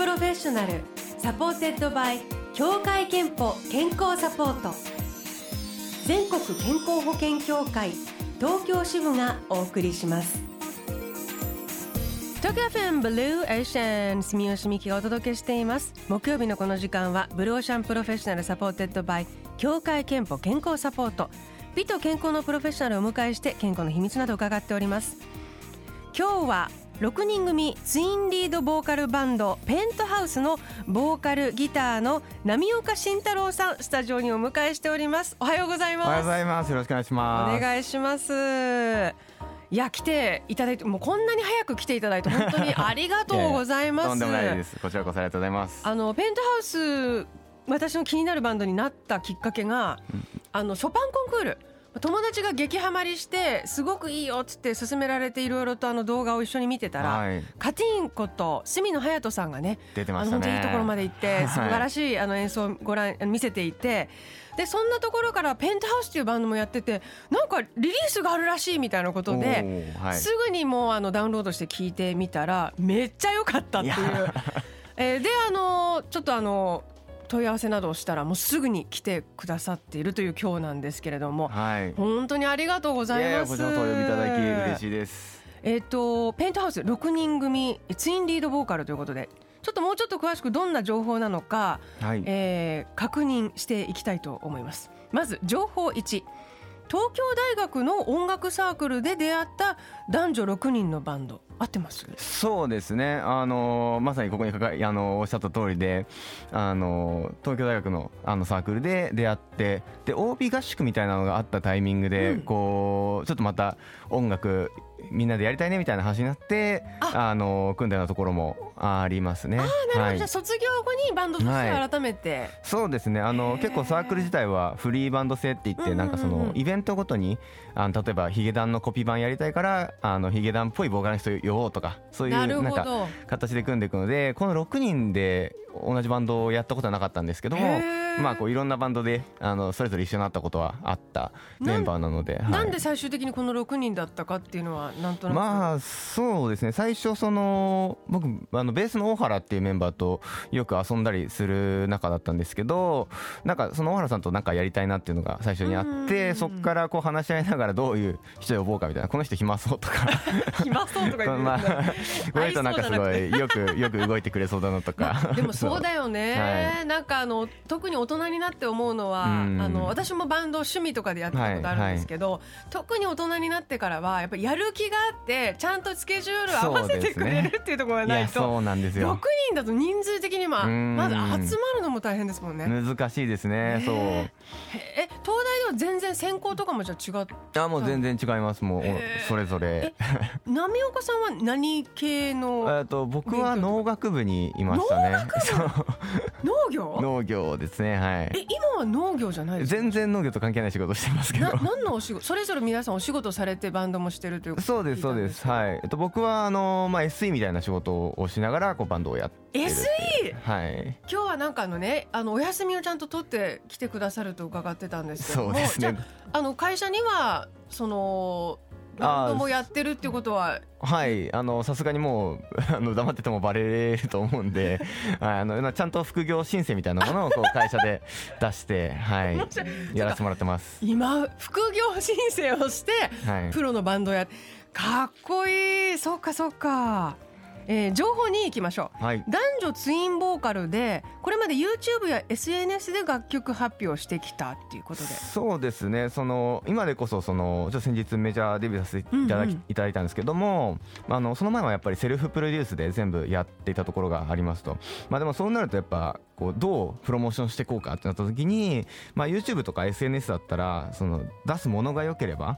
プロフェッショナルサポーテッドバイ協会憲法健康サポート、全国健康保険協会東京支部がお送りします。東京 FM ブルーオーシャン、住吉美希がお届けしています。木曜日のこの時間はブルーオーシャンプロフェッショナルサポーテッドバイ協会憲法健康サポート、美と健康のプロフェッショナルをお迎えして健康の秘密などを伺っております。今日は6人組ツインリードボーカルバンドペントハウスのボーカルギターの浪岡慎太郎さん、スタジオにお迎えしております。おはようございます。 おはようございます。よろしくお願いします。 お願いします。いや、来ていただいて、もうこんなに早く来ていただいて本当にありがとうございます。 とんでもないです。こちらこそありがとうございます。 ペントハウス、私の気になるバンドになったきっかけが、ショパンコンクール、友達が激ハマりしてすごくいいよっつって勧められて、いろいろと動画を一緒に見てたら、はい、カティーンこと角野隼人さんがね、 出てましたね。 本当にいいところまで行って素晴らしい演奏を見せていて、でそんなところからペントハウスっていうバンドもやってて、なんかリリースがあるらしいみたいなことで、はい、すぐにもうダウンロードして聞いてみたらめっちゃ良かったっていう。でちょっと問い合わせなどをしたらもうすぐに来てくださっているという今日なんですけれども、はい、本当にありがとうございます。 こちらこそお呼びいただき嬉しいです。 ペントハウス6人組ツインリードボーカルということで、ちょっともうちょっと詳しくどんな情報なのか、はい、確認していきたいと思います。まず情報1、東京大学の音楽サークルで出会った男女6人のバンド、合ってます？ そうですね、まさにここにおっしゃった通りで、東京大学のサークルで出会って、で OB 合宿みたいなのがあったタイミングで、こうちょっとまた音楽みんなでやりたいねみたいな話になって、組んだようなところもありますね。 なるほど、はい、じゃあ卒業後にバンドとして改めて、はい、 そうですね、結構サークル自体はフリーバンド制って言って、なんかそのイベントごとに例えばヒゲダンのコピー版やりたいからヒゲダンっぽいボーカルの人呼ぼうとか、そういうなんか形で組んでいくので、この6人で同じバンドをやったことはなかったんですけども、こういろんなバンドでそれぞれ一緒になったことはあったメンバーなので、 なんで最終的にこの6人だったかっていうのはなんとなく。 そうですね、最初僕ベースの大原っていうメンバーとよく遊んだりする仲だったんですけど、なんかその大原さんとなんかやりたいなっていうのが最初にあって、そこからこう話し合いながらどういう人呼ぼうかみたいな、この人暇そうとか暇そうとか言ってこの人なんかすごいよく動いてくれそうだなとかでもそうだよね、はい、なんか特に大人になって思うのは、私もバンド趣味とかでやってたことあるんですけど、特に大人になってからはやっぱりやる気があってちゃんとスケジュール合わせてくれるっていうところがないと、 そうなんですよ。 6人だと人数的にまず集まるのも大変ですもんね。 難しいですね。そう。 東大では全然専攻とかもじゃあ違った？ もう全然違います。もうそれぞれ。 浪岡さんは何系の？ 僕は農学部にいましたね。農業ですね。はい。 今は農業じゃないですか？ 全然農業と関係ない仕事してますけど。 何のお仕事？それぞれ皆さんお仕事されてバンドもしてるということ？ そうですそうです。はい。僕はSE みたいな仕事をしながらこうバンドをやってる。 SE？ はい。 今日はなんかお休みをちゃんと取って来てくださると伺ってたんですけども、 そうですね。 じゃあ会社にはバンドもやってるっていうことは、 はい、さすがにもう黙っててもバレると思うんでちゃんと副業申請みたいなものをこう会社で出して、はい、やらせてもらってます。 今副業申請をして、はい、プロのバンドかっこいい。そっかそっか。情報に行きましょう、はい、男女ツインボーカルでこれまで YouTube や SNS で楽曲発表してきたっていうことで。 そうですね、今でこそちょっと先日メジャーデビューさせていただいたんですけども、その前はやっぱりセルフプロデュースで全部やっていたところがありますと、でもそうなるとやっぱこうどうプロモーションしていこうかってなった時に、YouTube とか SNS だったら出すものが良ければ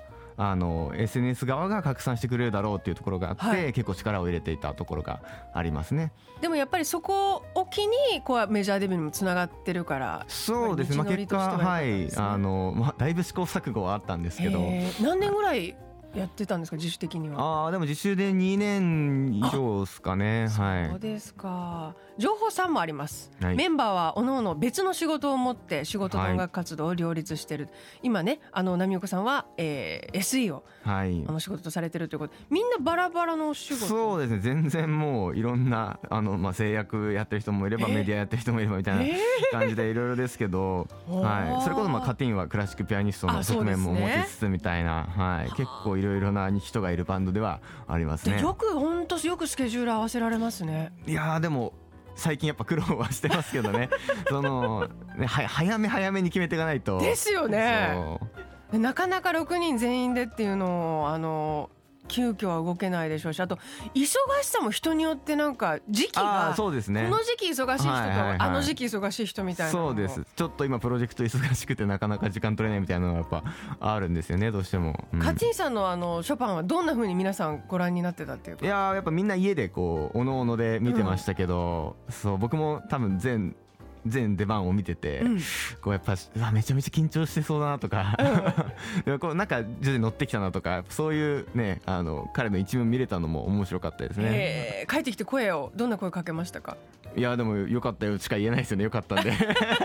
SNS 側が拡散してくれるだろうっていうところがあって、はい、結構力を入れていたところがありますね。 でもやっぱりそこを機にメジャーデビューにもつながってるから。 そうですね、結果はいだいぶ試行錯誤はあったんですけど、 何年ぐらいやってたんですか、自主的には。 でも自主で2年以上ですかね。はい。 そうですか。情報3もあります、 はい、 メンバーはおのおの別の仕事を持って仕事と音楽活動を両立している、はい、今ね波岡さんは、SE を、はい、仕事とされてるということで、みんなバラバラのお仕事。 そうですね、全然もういろんな製薬やってる人もいればメディアやってる人もいればみたいな感じでいろいろですけど、はい、それこそカティーンはクラシックピアニストの側面も持ちつつみたいな、はい、結構いろいろな人がいるバンドではありますね。 本当よくスケジュール合わせられますね。 いやでも最近やっぱ苦労はしてますけどねね、早めに決めていかないとですよね。なかなか6人全員でっていうのを急遽は動けないでしょうし、あと忙しさも人によってなんか時期が、 そうですね、 この時期忙しい人とあの時期忙しい人みたいな。 そうです、ちょっと今プロジェクト忙しくてなかなか時間取れないみたいなのがやっぱあるんですよね、どうしても。 カティさんのショパンはどんな風に皆さんご覧になってたっていうか。 いややっぱみんな家でこうおのおので見てましたけど、そう僕も多分全出番を見てて、こうやっぱめちゃめちゃ緊張してそうだなとか、でもこうなんか徐々に乗ってきたなとか、そういうね彼の一面見れたのも面白かったですね。 帰ってきてどんな声かけましたか？ いやでもよかったよしか言えないですよね。よかったんで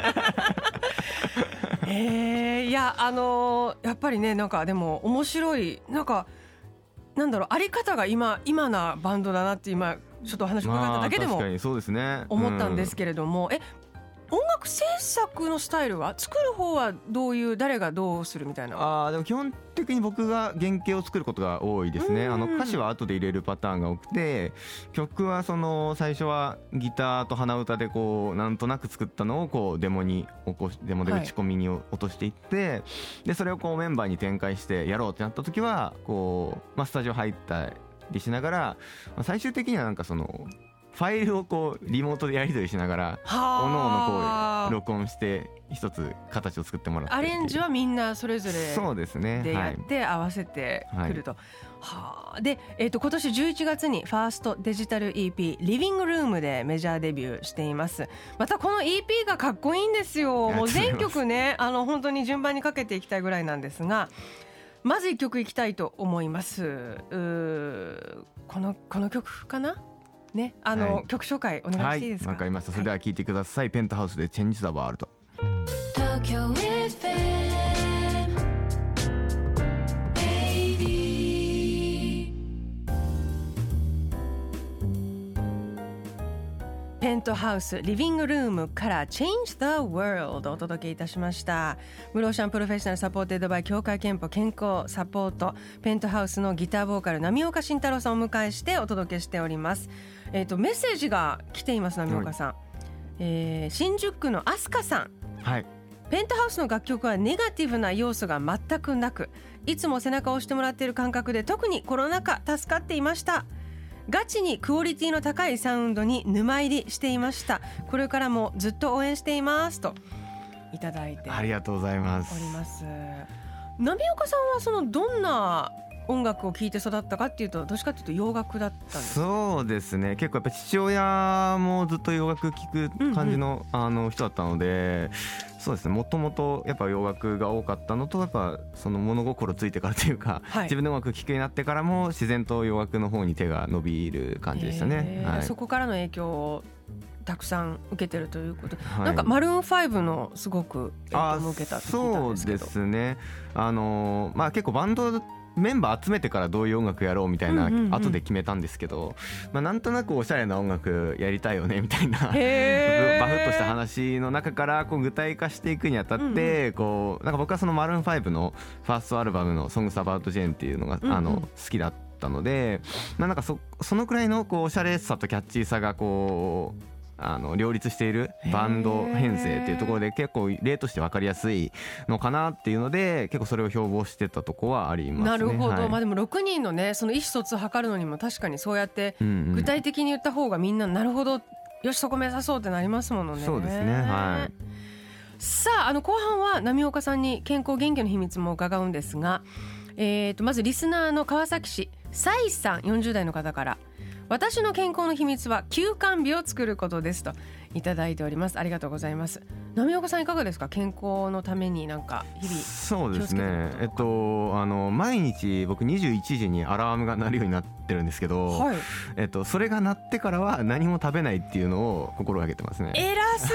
いややっぱりね、なんかでも面白い、なんだろう、あり方が今なバンドだなって今ちょっとお話を伺っただけでも思ったんですけれども、音楽制作のスタイルは、作る方は誰がどうするみたいな。 でも基本的に僕が原型を作ることが多いですね。歌詞は後で入れるパターンが多くて、曲は最初はギターと鼻歌でこうなんとなく作ったのをこうデモで打ち込みに落としていって、でそれをこうメンバーに展開してやろうってなった時はこう、スタジオ入ったりしながら、最終的にはなんかファイルをこうリモートでやり取りしながらおのおのこう録音して一つ形を作ってもらって、 アレンジはみんなそれぞれそうですねでやって合わせてくると、で、今年11月にファーストデジタル EP リビングルームでメジャーデビューしています。またこの EP がかっこいいんですよ。もう全曲ね本当に順番にかけていきたいぐらいなんですが、まず1曲いきたいと思います。この曲かなね、曲紹介お願いしていいですか？ わかりました。それでは聴いてください。ペントハウスでチェンジ・ザ・ワールド。 ペントハウスリビングルームから Change the World をお届けいたしました。ブローシャンプロフェッショナルサポーテッドバイ協会憲法健康サポート、ペントハウスのギターボーカル浪岡慎太郎さんをお迎えしてお届けしております。メッセージが来ています。浪岡さん、新宿区のアスカさん、ペントハウスの楽曲はネガティブな要素が全くなく、いつも背中を押してもらっている感覚で、特にコロナ禍助かっていました。ガチにクオリティの高いサウンドに沼入りしていました。これからもずっと応援していますといただいてありがとうございます。 浪岡さんはどんな音楽を聴いて育ったかっていうと、どっちかっていうと洋楽だったんですか？ そうですね、結構やっぱ父親もずっと洋楽聴く感じの、人だったので、そうですね、もともとやっぱ洋楽が多かったのと、やっぱ物心ついてからというか、自分で音楽聴くようになってからも自然と洋楽の方に手が伸びる感じでしたね。 そこからの影響をたくさん受けてるということ、なんかマルーン5のすごく影響も受けたって聞いたんですけど。 そうですね、結構バンドメンバー集めてからどういう音楽やろうみたいな後で決めたんですけど、なんとなくおしゃれな音楽やりたいよねみたいなバフッとした話の中からこう具体化していくにあたって、なんか僕はマルーン5のファーストアルバムの Songs About Jane っていうのが好きだったので、なんかそのくらいのおしゃれさとキャッチーさが両立しているバンド編成っていうところで結構例として分かりやすいのかなっていうので、結構それを標榜してたとこはありますね。 なるほど、でも6人のね、その意思疎通を図るのにも確かにそうやって具体的に言った方がみんななるほど、よしそこ目指そうってなりますものね。 そうですね、 さあ、後半は浪岡さんに健康元気の秘密も伺うんですが、まずリスナーの川崎市サイさん40代の方から、 私の健康の秘密は休肝日を作ることですといただいております。ありがとうございます。浪岡さんいかがですか？健康のためになんか日々 そうですね、毎日僕21時にアラームが鳴るようになってるんですけど、 はい、 それが鳴ってからは何も食べないっていうのを心がけてますね。 偉す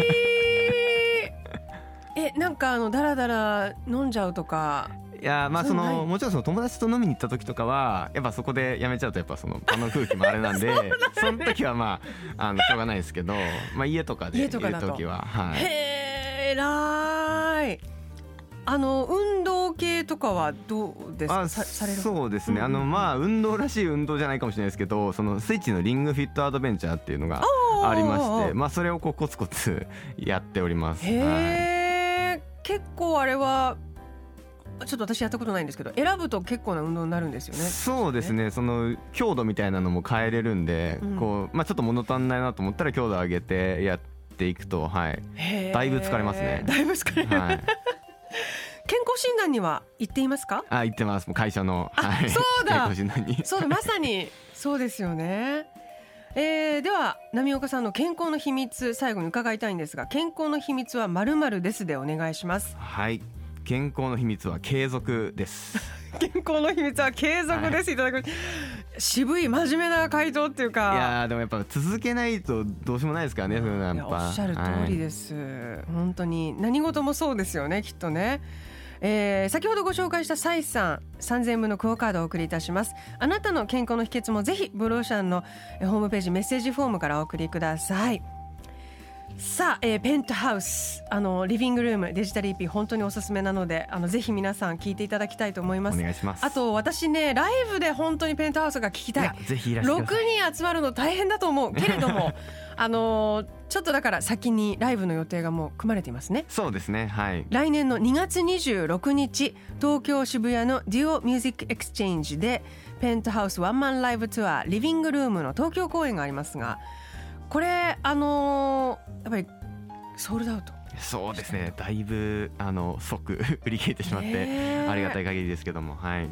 ぎなんかだらだら飲んじゃうとか。 いやもちろんその友達と飲みに行った時とかはやっぱそこでやめちゃうとやっぱその場の空気もあれなんでその時はしょうがないですけど、家とかでいる時は、はい、 へー偉い。運動系とかはどうですか？される？ そうですね、運動らしい運動じゃないかもしれないですけど、そのスイッチのリングフィットアドベンチャーっていうのがありまして、それをコツコツやっております。 へー、結構あれはちょっと私やったことないんですけど、選ぶと結構な運動になるんですよね。 そうですね、その強度みたいなのも変えれるんで、ちょっと物足んないなと思ったら強度上げてやっていくと、はい、だいぶ疲れますね。 だいぶ疲れる、はい、健康診断には行っていますか？ 行ってます。もう会社の、はい、 そうだ健康診断にそうだ、まさにそうですよね。では浪岡さんの健康の秘密、最後に伺いたいんですが、健康の秘密は〇〇ですでお願いします。 はい、健康の秘密は継続です健康の秘密は継続です、いただく。渋い真面目な回答っていうか。 いやでもやっぱ続けないとどうしようもないですからね。そういうのはやっぱおっしゃる通りです、本当に何事もそうですよね、きっとね。先ほどご紹介したサイさん3000円分のクオカードをお送りいたします。あなたの健康の秘訣もぜひブルーオーシャンのホームページメッセージフォームからお送りください。さあ、ペントハウスリビングルームデジタル EP 本当におすすめなのでぜひ皆さん聞いていただきたいと思います。 お願いします。 あと私ね、ライブで本当にペントハウスが聞きたい。 ぜひいらしてください。 6人集まるの大変だと思うけれどもちょっとだから先にライブの予定がもう組まれていますね。 そうですね、はい、 来年の2月26日東京渋谷のデュオミュージックエクスチェンジでペントハウスワンマンライブツアーリビングルームの東京公演がありますが、これやっぱりソールドアウト。 そうですね、だいぶ即売り切れてしまってありがたい限りですけども、はい、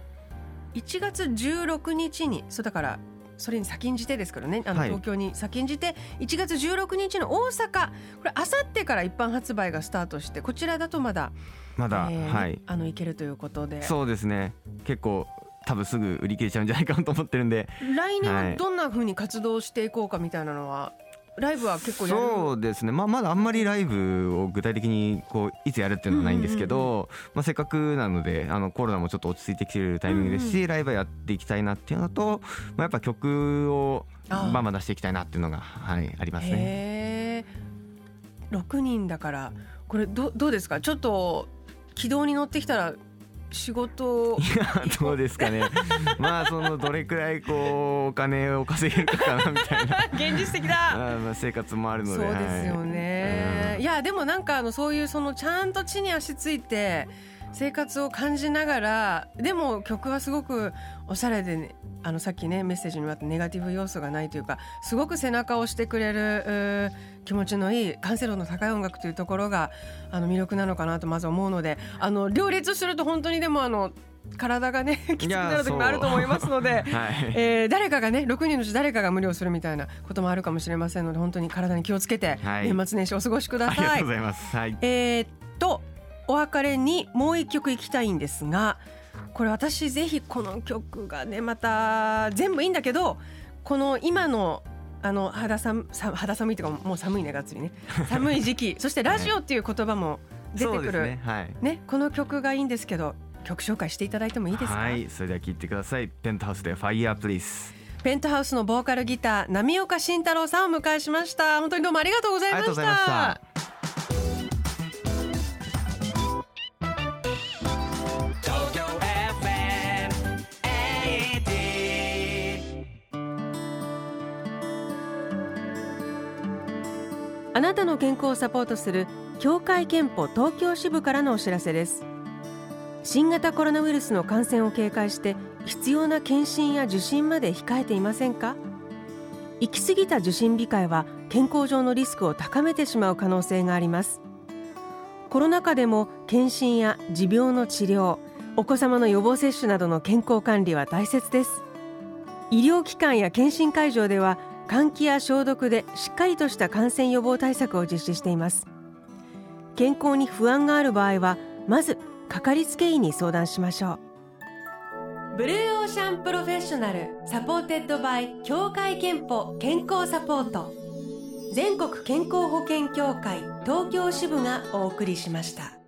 1月16日にそうだからそれに先んじてですからね、東京に先んじて1月16日の大阪、これあさってから一般発売がスタートして、こちらだとまだ、はい、いけるということで。そうですね、 結構多分すぐ売り切れちゃうんじゃないかなと思ってるんで、 来年はどんな風に活動していこうかみたいなのは、ライブは結構やる。 そうですね、まだあんまりライブを具体的にいつやるっていうのはないんですけど、せっかくなのでコロナもちょっと落ち着いてきてるタイミングですし、ライブはやっていきたいなっていうのと、やっぱ曲を出していきたいなっていうのが、はい、ありますね。 6人だからこれどうですか？ちょっと軌道に乗ってきたら仕事いやどうですかねどれくらいお金を稼げるかなみたいな現実的だ生活もあるので。 そうですよね、いやでもなんかそういうちゃんと地に足ついて生活を感じながら、でも曲はすごくおしゃれで、ね、さっきねメッセージにもあったネガティブ要素がないというか、すごく背中を押してくれる気持ちのいい完成度の高い音楽というところが魅力なのかなとまず思うので、両立すると本当にでも体がねきつくなる時もあると思いますので、はい誰かがね6人のうち誰かが無理をするみたいなこともあるかもしれませんので、本当に体に気をつけて、年末年始お過ごしください。 ありがとうございます、はい、 お別れにもう一曲いきたいんですが、これ私ぜひこの曲がねまた全部いいんだけど、この今の肌寒いというかもう寒いねがっつりね寒い時期そしてラジオっていう言葉も出てくる、ね、この曲がいいんですけど、曲紹介していただいてもいいですか？ はい、それでは聴いてください。ペントハウスで Fire Please。 ペントハウスのボーカルギター浪岡慎太郎さんをお迎えしました。本当にどうもありがとうございました。 ありがとうございました。 あなたの健康をサポートする協会憲法東京支部からのお知らせです。新型コロナウイルスの感染を警戒して必要な検診や受診まで控えていませんか？行き過ぎた受診控えは健康上のリスクを高めてしまう可能性があります。コロナ禍でも検診や持病の治療、お子様の予防接種などの健康管理は大切です。 医療機関や検診会場では換気や消毒でしっかりとした感染予防対策を実施しています。健康に不安がある場合はまずかかりつけ医に相談しましょう。ブルーオーシャンプロフェッショナルサポーテッドバイ協会憲法健康サポート、全国健康保険協会東京支部がお送りしました。